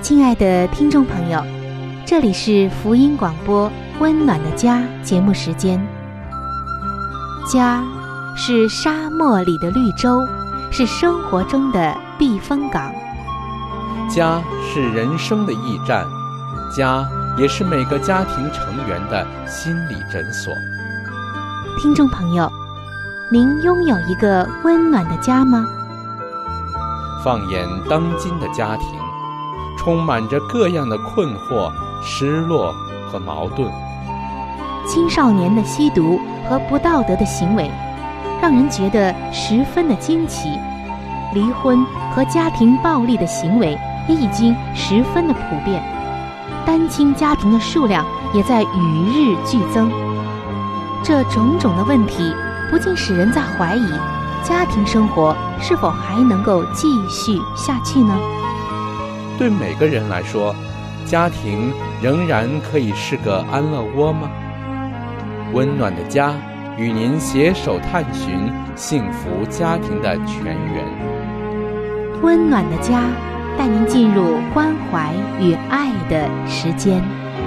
亲爱的听众朋友，这里是福音广播温暖的家节目时间。家是沙漠里的绿洲，是生活中的避风港。 家是人生的驿站，家也是每个家庭成员的心理诊所。 听众朋友，您拥有一个温暖的家吗？ 放眼当今的家庭，充满着各样的困惑、失落和矛盾。 青少年的吸毒和不道德的行为，让人觉得十分的惊奇。离婚和家庭暴力的行为也已经十分的普遍，单亲家庭的数量也在与日俱增。这种种的问题，不禁使人在怀疑，家庭生活是否还能够继续下去呢？ 对每个人来说，家庭仍然可以是个安乐窝吗？温暖的家与您携手探寻幸福家庭的泉源。 温暖的家带您进入关怀与爱的时间。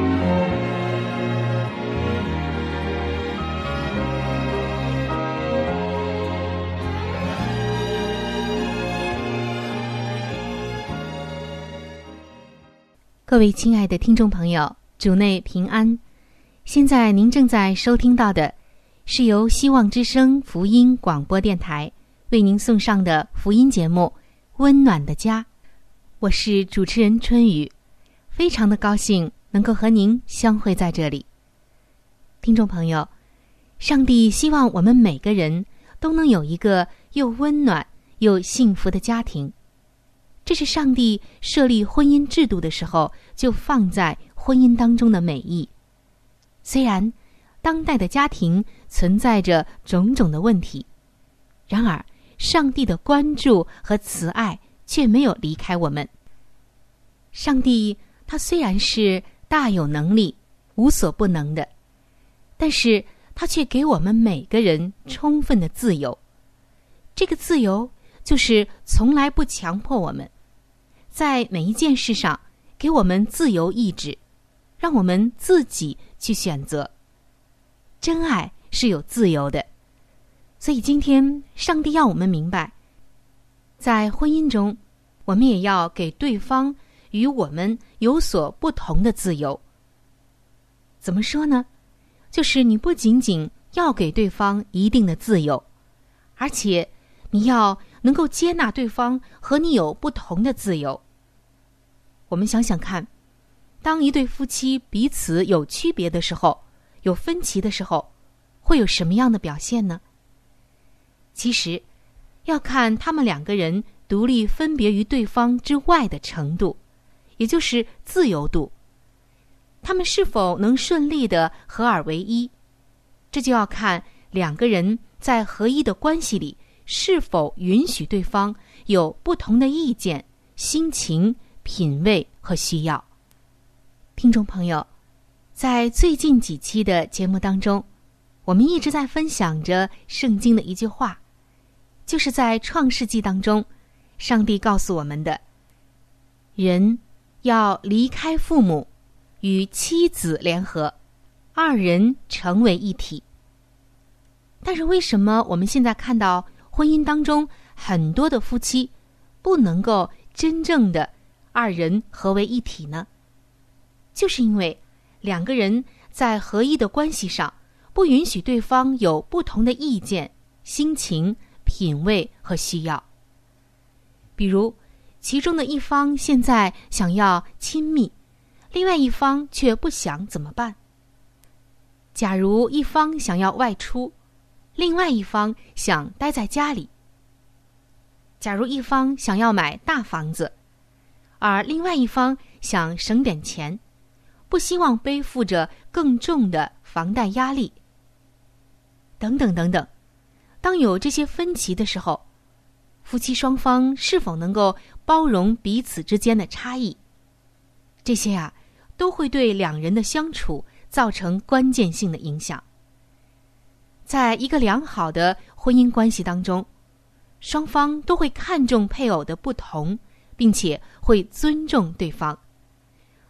各位亲爱的听众朋友，主内平安。现在您正在收听到的是由希望之声福音广播电台为您送上的福音节目《温暖的家》。我是主持人春雨，非常的高兴能够和您相会在这里。听众朋友，上帝希望我们每个人都能有一个又温暖又幸福的家庭。这是上帝设立婚姻制度的时候就放在婚姻当中的美意。虽然当代的家庭存在着种种的问题，然而上帝的关注和慈爱却没有离开我们。上帝他虽然是大有能力、无所不能的，但是他却给我们每个人充分的自由。这个自由就是从来不强迫我们，在每一件事上给我们自由意志，让我们自己去选择。真爱是有自由的，所以今天上帝要我们明白，在婚姻中我们也要给对方与我们有所不同的自由。怎么说呢？就是你不仅仅要给对方一定的自由，而且你要能够接纳对方和你有不同的自由。我们想想看，当一对夫妻彼此有区别的时候，有分歧的时候，会有什么样的表现呢？其实要看他们两个人独立分别于对方之外的程度，也就是自由度。他们是否能顺利地合二为一，这就要看两个人在合一的关系里是否允许对方有不同的意见、心情、品味和需要。听众朋友，在最近几期的节目当中，我们一直在分享着圣经的一句话，就是在创世纪当中，上帝告诉我们的，人要离开父母，与妻子联合，二人成为一体。但是为什么我们现在看到婚姻当中很多的夫妻不能够真正的二人合为一体呢？就是因为两个人在合一的关系上不允许对方有不同的意见、心情、品味和需要。比如其中的一方现在想要亲密，另外一方却不想，怎么办？假如一方想要外出，另外一方想待在家里。假如一方想要买大房子，而另外一方想省点钱，不希望背负着更重的房贷压力，等等等等。当有这些分歧的时候，夫妻双方是否能够包容彼此之间的差异？这些都会对两人的相处造成关键性的影响。在一个良好的婚姻关系当中，双方都会看重配偶的不同，并且会尊重对方，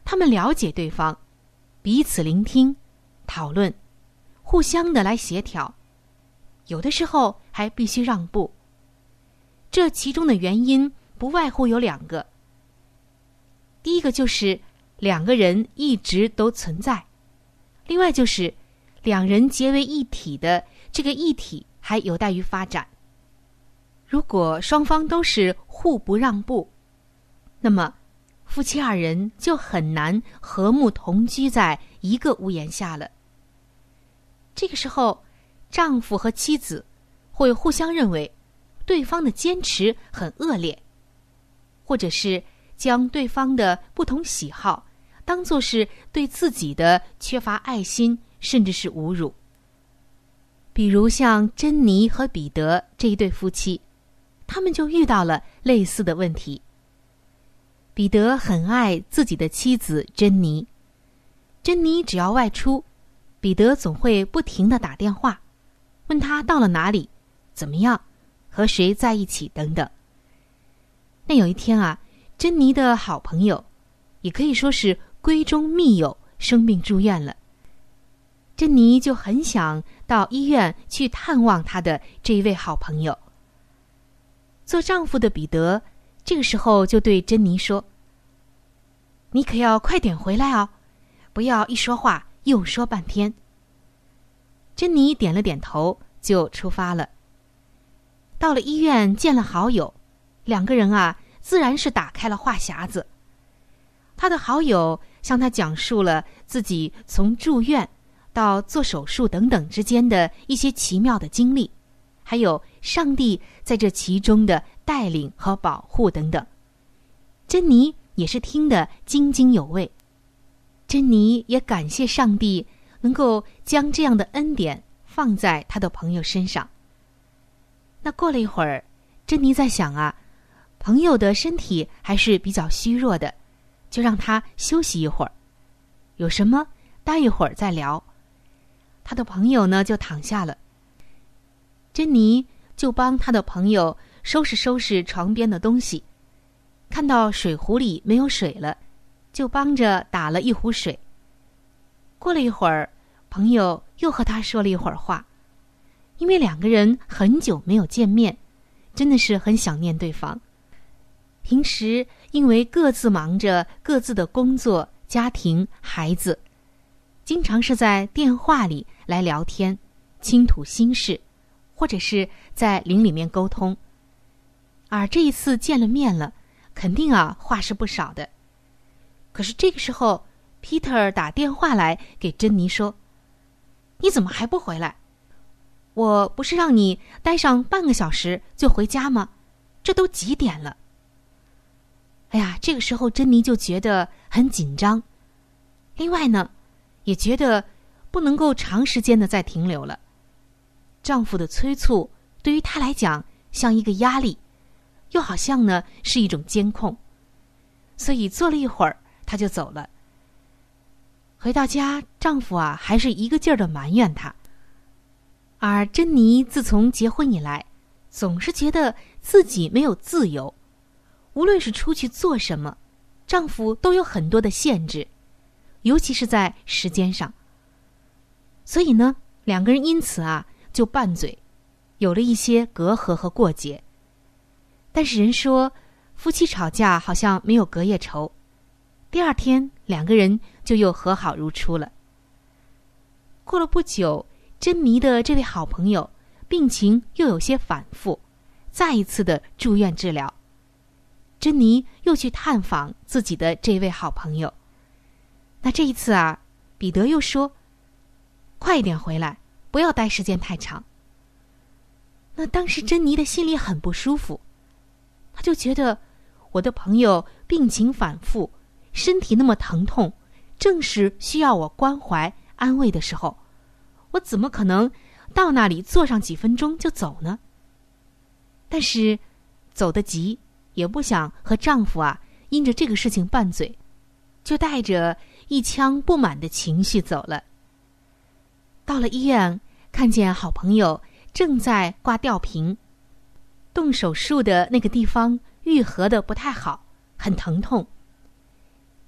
他们了解对方，彼此聆听、讨论，互相的来协调，有的时候还必须让步。这其中的原因不外乎有2个。第一个就是2个人一直都存在，另外就是2人结为一体的这个一体还有待于发展。如果双方都是互不让步，那么夫妻2人就很难和睦同居在一个屋檐下了。这个时候，丈夫和妻子会互相认为对方的坚持很恶劣，或者是将对方的不同喜好当作是对自己的缺乏爱心，甚至是侮辱。比如像珍妮和彼得这一对夫妻，他们就遇到了类似的问题。彼得很爱自己的妻子珍妮，珍妮只要外出，彼得总会不停地打电话，问他到了哪里，怎么样，和谁在一起等等。那有一天啊，珍妮的好朋友，也可以说是闺中密友，生病住院了。珍妮就很想到医院去探望她的这一位好朋友。做丈夫的彼得这个时候就对珍妮说：“你可要快点回来哦，不要一说话又说半天。”珍妮点了点头，就出发了。到了医院见了好友，2个人啊，自然是打开了话匣子。他的好友向他讲述了自己从住院到做手术等等之间的一些奇妙的经历，还有上帝在这其中的带领和保护等等。珍妮也是听得津津有味，珍妮也感谢上帝能够将这样的恩典放在他的朋友身上。那过了一会儿，珍妮在想啊，朋友的身体还是比较虚弱的，就让他休息一会儿，有什么待一会儿再聊。他的朋友呢就躺下了，珍妮就帮他的朋友收拾收拾床边的东西，看到水壶里没有水了，就帮着打了一壶水。过了一会儿，朋友又和他说了一会儿话，因为2个人很久没有见面，真的是很想念对方。平时因为各自忙着各自的工作、家庭、孩子，经常是在电话里来聊天，倾吐心事，或者是在灵里面沟通。而这一次见了面了，肯定啊话是不少的。可是这个时候 Peter 打电话来给珍妮说：“你怎么还不回来？我不是让你待上半个小时就回家吗？这都几点了？”哎呀，这个时候珍妮就觉得很紧张，另外呢也觉得不能够长时间的再停留了。丈夫的催促对于她来讲像一个压力，又好像呢是一种监控，所以坐了一会儿她就走了。回到家，丈夫啊还是一个劲儿的埋怨她。而珍妮自从结婚以来，总是觉得自己没有自由，无论是出去做什么，丈夫都有很多的限制，尤其是在时间上。所以呢，2个人因此啊就拌嘴，有了一些隔阂和过节。但是人说夫妻吵架好像没有隔夜仇，第2天2个人就又和好如初了。过了不久，珍妮的这位好朋友病情又有些反复，再一次的住院治疗。珍妮又去探访自己的这位好朋友。那这一次啊，彼得又说：“快一点回来，不要待时间太长。”那当时珍妮的心里很不舒服，她就觉得我的朋友病情反复，身体那么疼痛，正是需要我关怀安慰的时候，我怎么可能到那里坐上几分钟就走呢？但是走得急，也不想和丈夫啊因着这个事情拌嘴，就带着一腔不满的情绪走了。到了医院，看见好朋友正在挂吊瓶，动手术的那个地方愈合的不太好，很疼痛。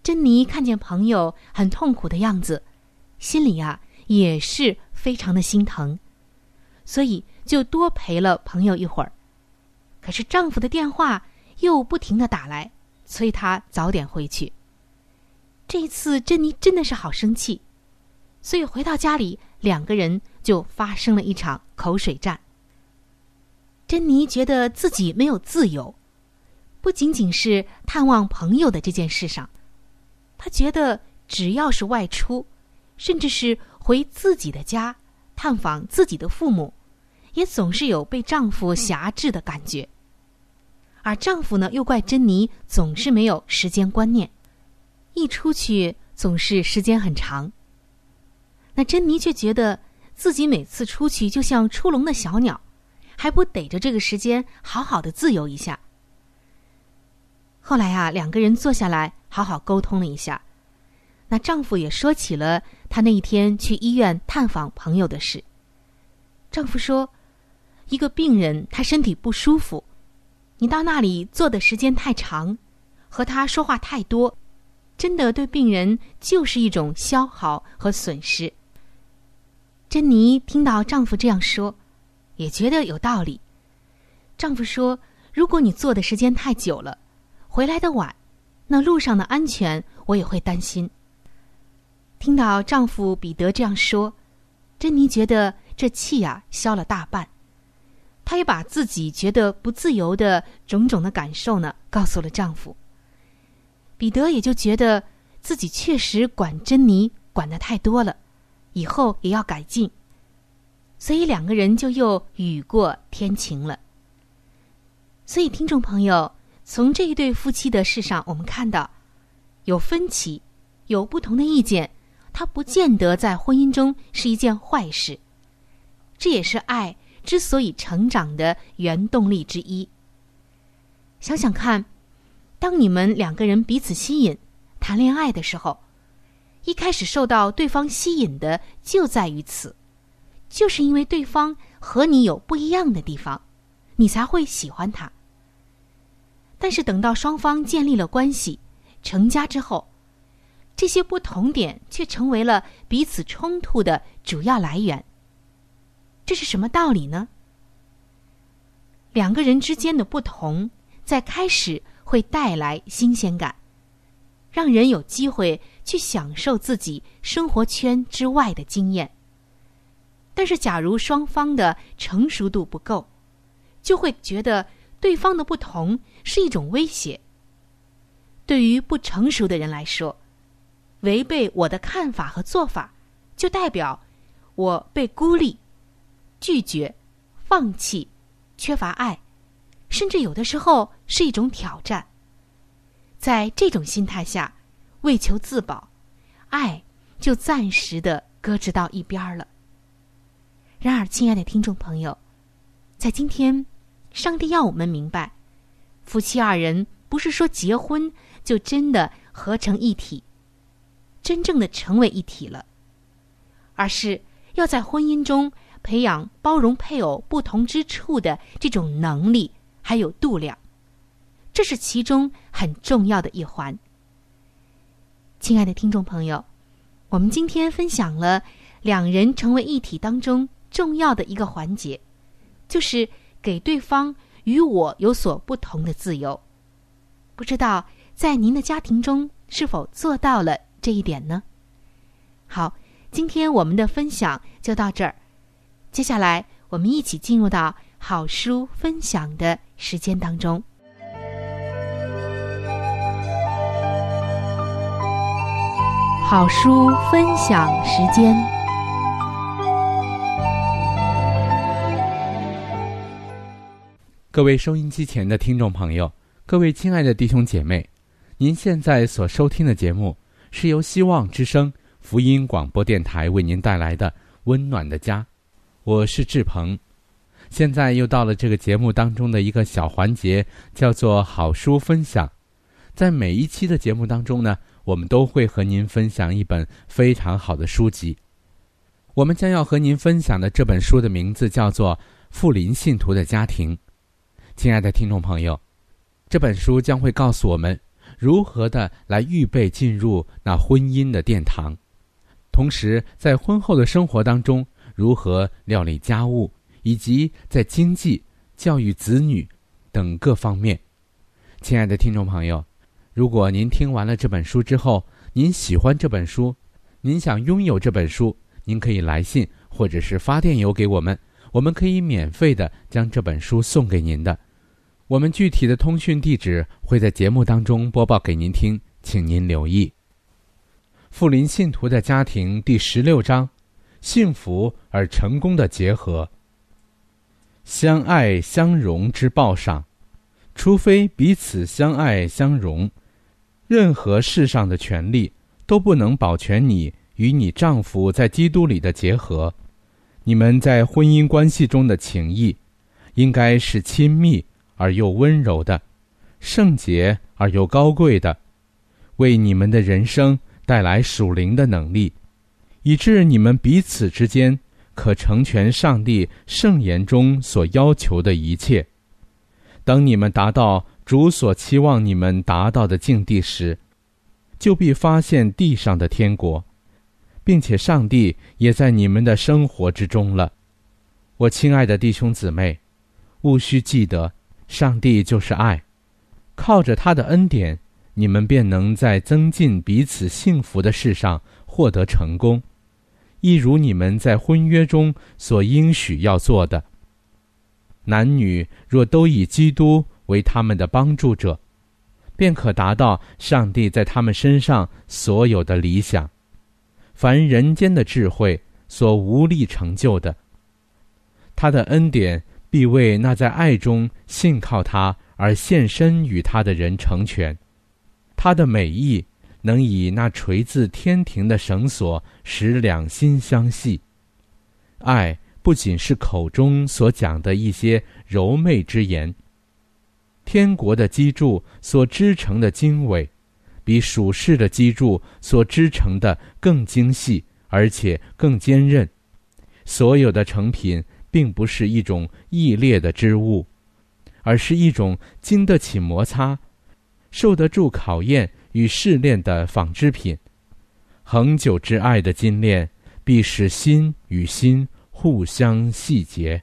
珍妮看见朋友很痛苦的样子，心里也是非常的心疼，所以就多陪了朋友一会儿。可是丈夫的电话又不停地打来，催她早点回去。这一次珍妮真的是好生气，所以回到家里，两个人就发生了一场口水战。珍妮觉得自己没有自由，不仅仅是探望朋友的这件事上，她觉得只要是外出，甚至是回自己的家探访自己的父母，也总是有被丈夫辖制的感觉。而丈夫呢，又怪珍妮总是没有时间观念，一出去总是时间很长。那珍妮却觉得自己每次出去就像出笼的小鸟，还不逮着这个时间好好的自由一下。后来两个人坐下来好好沟通了一下，那丈夫也说起了他那一天去医院探访朋友的事。丈夫说，一个病人他身体不舒服，你到那里坐的时间太长，和他说话太多，真的对病人就是一种消耗和损失。珍妮听到丈夫这样说，也觉得有道理。丈夫说，如果你坐的时间太久了，回来的晚，那路上的安全我也会担心。听到丈夫彼得这样说，珍妮觉得这气消了大半。她也把自己觉得不自由的种种的感受呢告诉了丈夫。彼得也就觉得自己确实管珍妮管得太多了，以后也要改进。所以两个人就又雨过天晴了。所以听众朋友，从这一对夫妻的事上，我们看到有分歧，有不同的意见，它不见得在婚姻中是一件坏事。这也是爱之所以成长的原动力之一。想想看，当你们两个人彼此吸引，谈恋爱的时候，一开始受到对方吸引的就在于此，就是因为对方和你有不一样的地方，你才会喜欢他。但是等到双方建立了关系，成家之后，这些不同点却成为了彼此冲突的主要来源。这是什么道理呢？两个人之间的不同，在开始会带来新鲜感，让人有机会去享受自己生活圈之外的经验。但是假如双方的成熟度不够，就会觉得对方的不同是一种威胁。对于不成熟的人来说，违背我的看法和做法，就代表我被孤立、拒绝、放弃、缺乏爱，甚至有的时候是一种挑战。在这种心态下，为求自保，爱就暂时的搁置到一边了。然而，亲爱的听众朋友，在今天，上帝要我们明白，夫妻二人不是说结婚就真的合成一体，真正的成为一体了，而是要在婚姻中培养包容配偶不同之处的这种能力还有度量，这是其中很重要的一环。亲爱的听众朋友，我们今天分享了两人成为一体当中重要的一个环节，就是给对方与我有所不同的自由。不知道在您的家庭中是否做到了这一点呢？好，今天我们的分享就到这儿，接下来我们一起进入到好书分享的时间当中。好书分享时间。 各位收音机前的听众朋友，各位亲爱的弟兄姐妹，您现在所收听的节目是由希望之声福音广播电台为您带来的温暖的家，我是志鹏。现在又到了这个节目当中的一个小环节，叫做好书分享。在每一期的节目当中呢，我们都会和您分享一本非常好的书籍。我们将要和您分享的这本书的名字叫做《富林信徒的家庭》。亲爱的听众朋友，这本书将会告诉我们如何的来预备进入那婚姻的殿堂，同时在婚后的生活当中如何料理家务，以及在经济、教育子女等各方面。亲爱的听众朋友，如果您听完了这本书之后，您喜欢这本书，您想拥有这本书，您可以来信或者是发电邮给我们，我们可以免费的将这本书送给您的。我们具体的通讯地址会在节目当中播报给您听，请您留意。富林信徒的家庭第16章，幸福而成功的结合。相爱相容之报上，除非彼此相爱相容，任何世上的权利都不能保全你与你丈夫在基督里的结合。你们在婚姻关系中的情谊，应该是亲密而又温柔的，圣洁而又高贵的，为你们的人生带来属灵的能力，以致你们彼此之间可成全上帝圣言中所要求的一切。等你们达到主所期望你们达到的境地时，就必发现地上的天国，并且上帝也在你们的生活之中了。我亲爱的弟兄姊妹，务须记得，上帝就是爱，靠着他的恩典，你们便能在增进彼此幸福的事上获得成功，一如你们在婚约中所应许要做的。男女若都以基督为他们的帮助者，便可达到上帝在他们身上所有的理想，凡人间的智慧所无力成就的。他的恩典必为那在爱中信靠他而献身与他的人成全。他的美意能以那垂自天庭的绳索使两心相系。爱不仅是口中所讲的一些柔媚之言，天国的基柱所织成的经纬，比属世的基柱所织成的更精细，而且更坚韧。所有的成品并不是一种异劣的织物，而是一种经得起摩擦、受得住考验与试炼的纺织品。恒久之爱的金链必使心与心互相系结。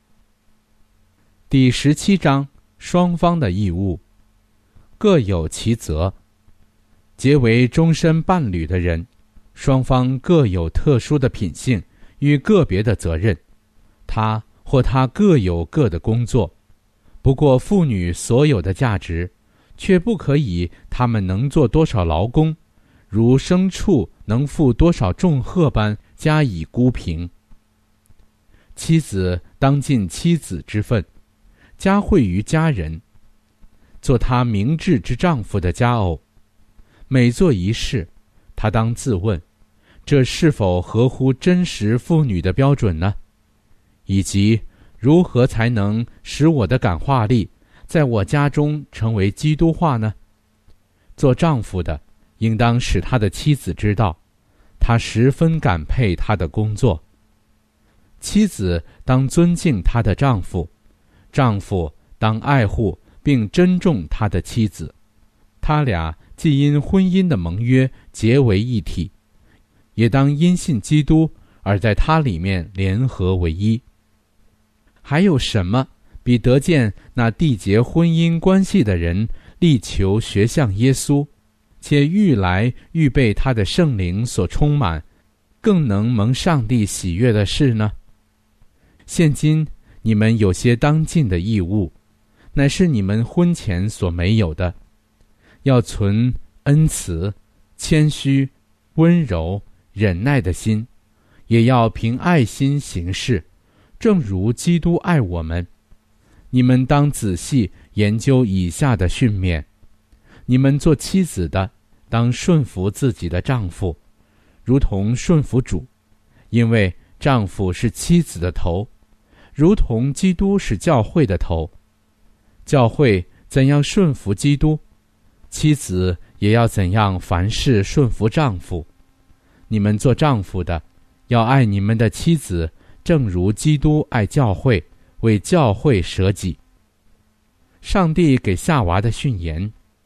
第17章，双方的义务，各有其责。结为终身伴侣的人，双方各有特殊的品性与个别的责任，他或他各有各的工作。不过妇女所有的价值，却不可以他们能做多少劳工，如牲畜能负多少重荷般加以估评。妻子当尽妻子之分，加惠于家人，做他明智之丈夫的佳偶。每做一事，他当自问，这是否合乎真实妇女的标准呢？以及如何才能使我的感化力在我家中成为基督化呢？做丈夫的应当使他的妻子知道，他十分感佩他的工作。妻子当尊敬她的丈夫，丈夫当爱护并珍重他的妻子。他俩既因婚姻的盟约结为一体，也当因信基督而在他里面联合为一。还有什么比得见那缔结婚姻关系的人力求学像耶稣，且愈来愈被他的圣灵所充满，更能蒙上帝喜悦的事呢？现今你们有些当尽的义务，乃是你们婚前所没有的，要存恩慈、谦虚、温柔、忍耐的心，也要凭爱心行事，正如基督爱我们。你们当仔细研究以下的训勉。你们做妻子的，当顺服自己的丈夫，如同顺服主，因为丈夫是妻子的头，如同基督是教会的头。教会怎样顺服基督，妻子也要怎样凡事顺服丈夫。你们做丈夫的，要爱你们的妻子，正如基督爱教会，为教会舍己。上帝给夏娃的训言，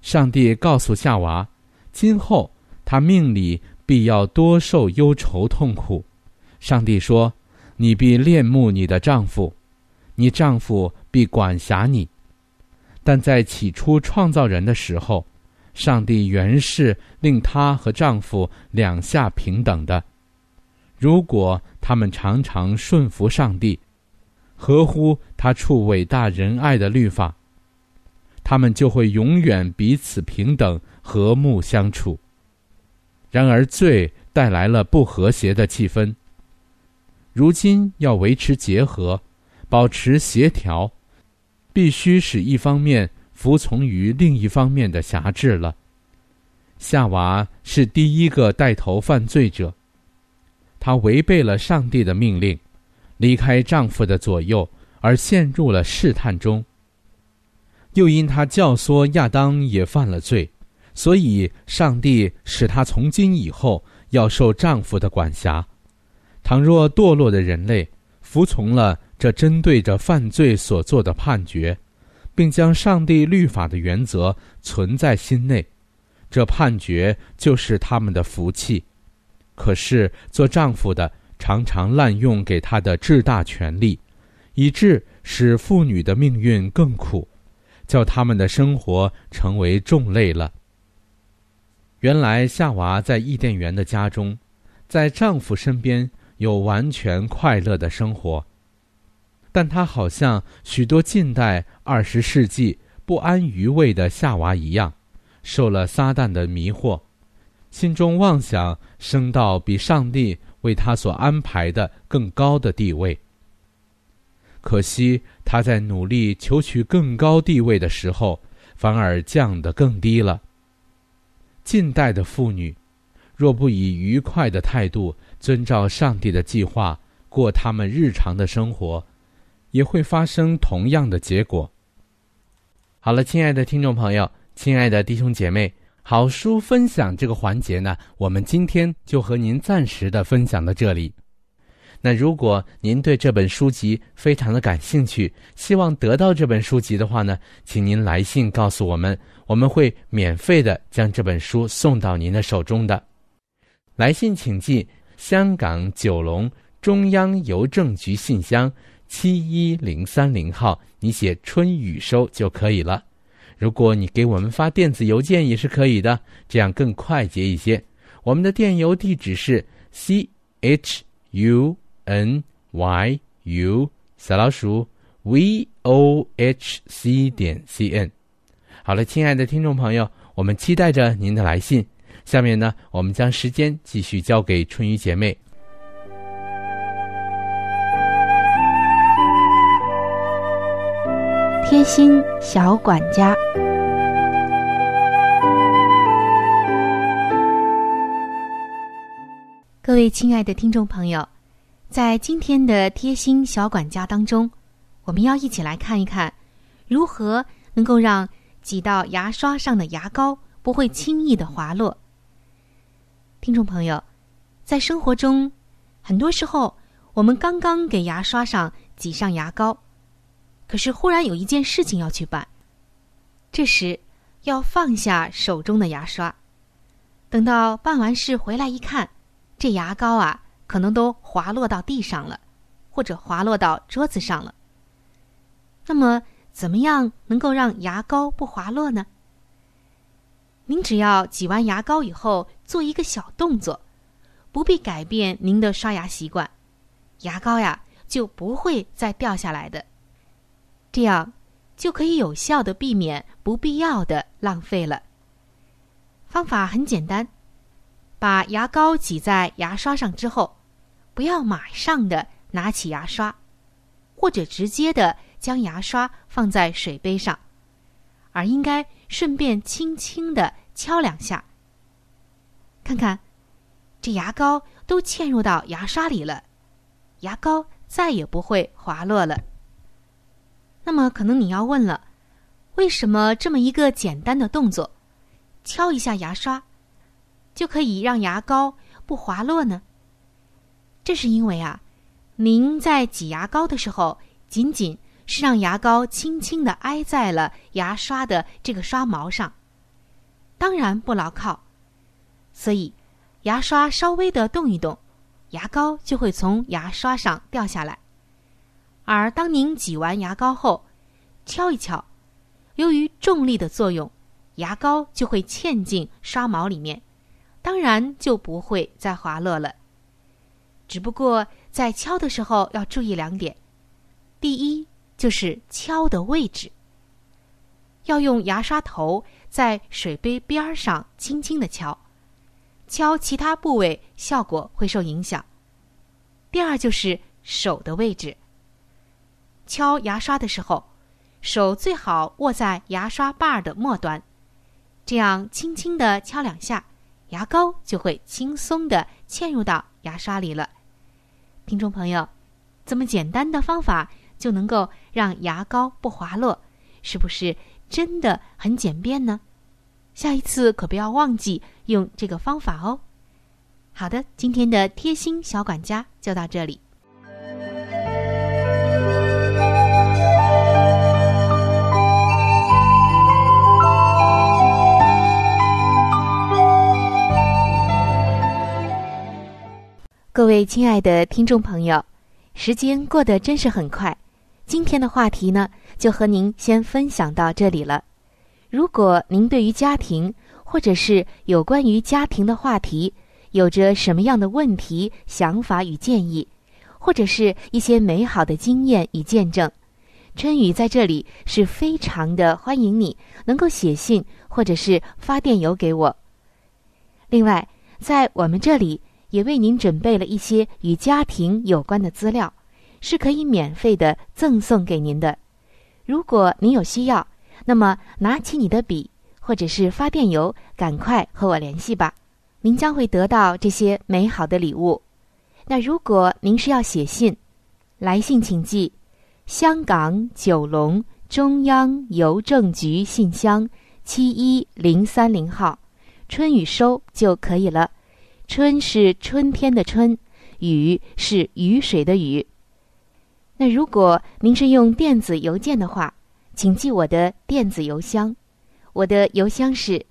上帝告诉夏娃，今后他命里必要多受忧愁痛苦。上帝说，你必恋慕你的丈夫，你丈夫必管辖你。但在起初创造人的时候，上帝原是令她和丈夫两下平等的。如果他们常常顺服上帝，合乎他处伟大仁爱的律法，他们就会永远彼此平等，和睦相处。然而罪带来了不和谐的气氛，如今要维持结合，保持协调，必须使一方面服从于另一方面的辖制了。夏娃是第一个带头犯罪者，她违背了上帝的命令，离开丈夫的左右，而陷入了试探中。又因她教唆亚当也犯了罪，所以上帝使她从今以后要受丈夫的管辖。倘若堕落的人类服从了这针对着犯罪所做的判决，并将上帝律法的原则存在心内，这判决就是他们的福气。可是做丈夫的常常滥用给他的至大权力，以致使妇女的命运更苦，叫他们的生活成为重累了。原来夏娃在伊甸园的家中，在丈夫身边有完全快乐的生活，但她好像许多近代20世纪不安于位的夏娃一样，受了撒旦的迷惑，心中妄想升到比上帝为她所安排的更高的地位。可惜她在努力求取更高地位的时候，反而降得更低了。近代的妇女若不以愉快的态度遵照上帝的计划过他们日常的生活，也会发生同样的结果。好了，亲爱的听众朋友，亲爱的弟兄姐妹，好书分享这个环节呢，我们今天就和您暂时的分享到这里。那如果您对这本书籍非常的感兴趣，希望得到这本书籍的话呢，请您来信告诉我们，我们会免费的将这本书送到您的手中的。来信请寄香港九龙中央邮政局信箱71030号，你写春雨收就可以了。如果你给我们发电子邮件也是可以的，这样更快捷一些。我们的电邮地址是 CHUNYU vohc.cn。 好了，亲爱的听众朋友，我们期待着您的来信。下面呢，我们将时间继续交给春雨姐妹。 贴心小管家。各位亲爱的听众朋友，在今天的贴心小管家当中，我们要一起来看一看，如何能够让挤到牙刷上的牙膏不会轻易的滑落。听众朋友，在生活中，很多时候我们刚刚给牙刷上挤上牙膏，可是忽然有一件事情要去办，这时要放下手中的牙刷，等到办完事回来一看，这牙膏啊可能都滑落到地上了，或者滑落到桌子上了。那么怎么样能够让牙膏不滑落呢？您只要挤完牙膏以后做一个小动作，不必改变您的刷牙习惯，牙膏呀就不会再掉下来的。这样就可以有效地避免不必要的浪费了。方法很简单，把牙膏挤在牙刷上之后，不要马上的拿起牙刷，或者直接的将牙刷放在水杯上，而应该顺便轻轻地敲2下，看看这牙膏都嵌入到牙刷里了，牙膏再也不会滑落了。那么可能你要问了，为什么这么一个简单的动作，敲一下牙刷就可以让牙膏不滑落呢？这是因为啊，您在挤牙膏的时候，仅仅是让牙膏轻轻地挨在了牙刷的这个刷毛上， 当然不牢靠。所以牙刷稍微的动一动，牙膏就会从牙刷上掉下来。而当您挤完牙膏后，敲一敲，由于重力的作用，牙膏就会嵌进刷毛里面，当然就不会再滑落了。只不过在敲的时候要注意2点。第一，就是敲的位置，要用牙刷头在水杯边上轻轻地敲，敲其他部位效果会受影响。第二，就是手的位置，敲牙刷的时候，手最好握在牙刷把的末端，这样轻轻地敲2下，牙膏就会轻松地嵌入到牙刷里了。听众朋友，这么简单的方法就能够让牙膏不滑落，是不是真的很简便呢？下一次可不要忘记用这个方法哦。好的，今天的贴心小管家就到这里。各位亲爱的听众朋友，时间过得真是很快，今天的话题呢，就和您先分享到这里了。如果您对于家庭，或者是有关于家庭的话题，有着什么样的问题、想法与建议，或者是一些美好的经验与见证，春雨在这里是非常的欢迎你能够写信或者是发电邮给我。另外，在我们这里也为您准备了一些与家庭有关的资料，是可以免费的赠送给您的。如果您有需要，那么拿起你的笔或者是发电邮，赶快和我联系吧，您将会得到这些美好的礼物。那如果您是要写信，来信请寄香港九龙中央邮政局信箱71030号，春雨收就可以了。春是春天的春，雨是雨水的雨。那如果您是用电子邮件的话，请记我的电子邮箱，我的邮箱是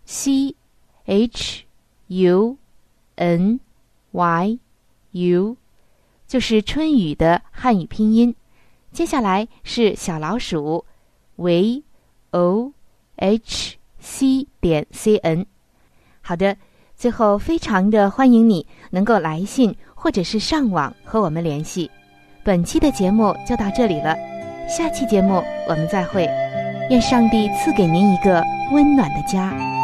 CHUNYU， 就是春雨的汉语拼音，接下来是小老鼠 VOHC.CN。 好的，最后非常的欢迎你能够来信或者是上网和我们联系。本期的节目就到这里了，下期节目我们再会。愿上帝赐给您一个温暖的家。